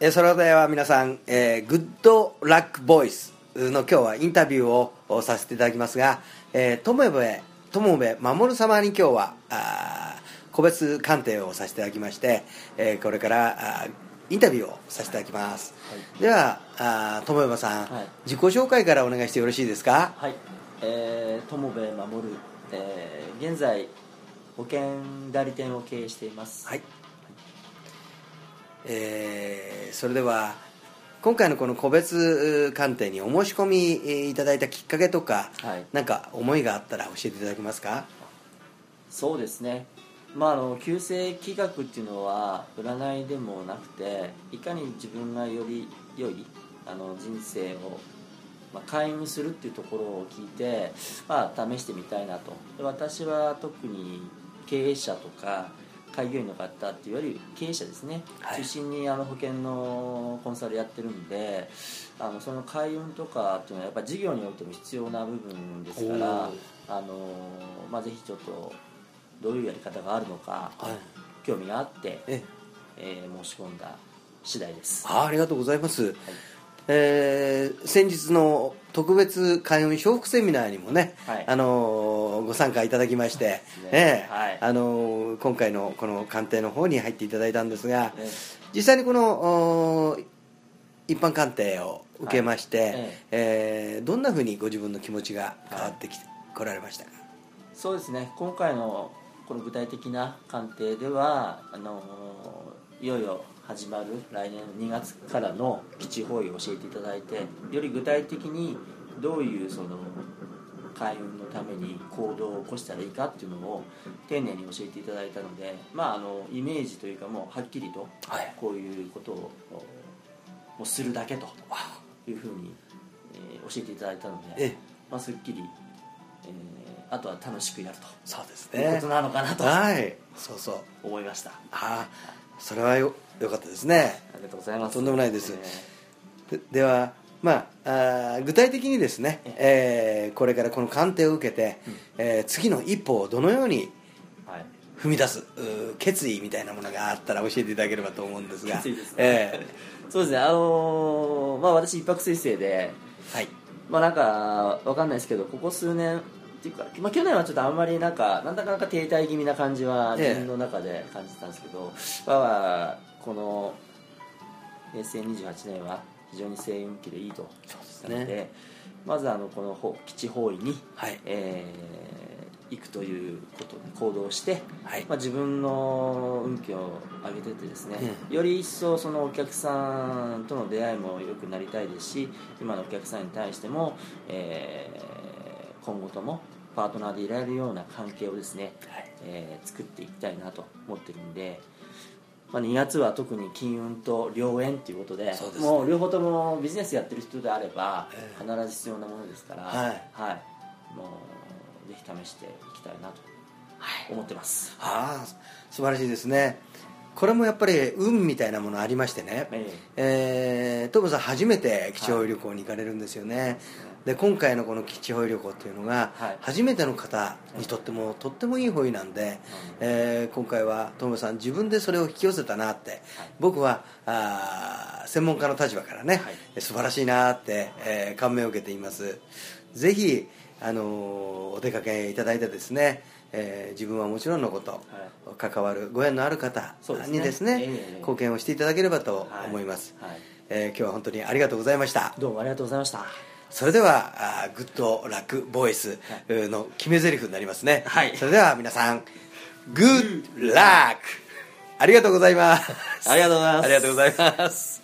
それでは皆さん、グッドラックボイスの今日はインタビューをさせていただきますが、友部守様に今日は個別鑑定をさせていただきまして、これからインタビューをさせていただきます、はい、では友部さん、はい、自己紹介からお願いしてよろしいですか。 はい、友部守、現在保険代理店を経営しています。 はい、それでは今回のこの個別鑑定にお申し込みいただいたきっかけとか、はい、なんか思いがあったら教えていただけますか。 そうですね、旧世気学っていうのは占いでもなくて、いかに自分がより良い人生を、開運するっていうところを聞いて、試してみたいなと。で、私は特に経営者とか開業医の方っていうより経営者ですね、はい、中心に保険のコンサルやってるんで、その開運とかっていうのはやっぱり事業においても必要な部分ですから、ぜひちょっとどういうやり方があるのか、はい、興味があって、申し込んだ次第です。 ありがとうございます、はい。先日の特別開運修復セミナーにもね、はい、ご参加いただきまして、今回のこの鑑定の方に入っていただいたんですが、実際にこの一般鑑定を受けまして、どんなふうにご自分の気持ちが変わってこられましたか。 そうですね、今回のこの具体的な鑑定では、いよいよ始まる来年2月からの基地方位を教えていただいて、より具体的にどういうその開運のために行動を起こしたらいいかっていうのを丁寧に教えていただいたので、イメージというか、もうはっきりとこういうことをもうするだけというふうに教えていただいたので、すっきり、あとは楽しくやると、 そうですね、 いうことなのかなと、思いました。 それはよかったですね。 ありがとうございます。 とんでもないです。では、具体的にですね、これからこの鑑定を受けて、次の一歩をどのように踏み出す、決意みたいなものがあったら教えていただければと思うんですが。 決意ですね、そうですね、私一泊水星で、はい、なんかわかんないですけど、ここ数年っていうか、去年はちょっとあんまりなんだか停滞気味な感じは自分の中で感じてたんですけど、この平成28年は非常に星運期でいいと。そうですね、なのでまずこの基地方位に、行くということで行動して、自分の運気を上げてってですね、より一層そのお客さんとの出会いも良くなりたいですし、今のお客さんに対しても、今後ともパートナーでいられるような関係をですね、作っていきたいなと思ってるんで、2月は特に金運と良縁ということで、もう両方ともビジネスやってる人であれば必ず必要なものですから、もうぜひ試していきたいなと思ってます。 素晴らしいですね。これもやっぱり運みたいなものありましてね、トムさん初めて基地方位旅行に行かれるんですよね。で、今回のこの基地方位旅行っていうのが、初めての方にとってもとってもいい方位なんで、今回はトムさん自分でそれを引き寄せたなって、僕は専門家の立場からね、素晴らしいなって、感銘を受けています。ぜひお出かけいただいてですね、自分はもちろんのこと、関わるご縁のある方にですね、貢献をしていただければと思います。今日は本当にありがとうございました。 どうもありがとうございました。 それではグッドラックボイスの決め台詞になりますね。それでは皆さん、グッドラック、ありがとうございます。 ありがとうございます。 ありがとうございます。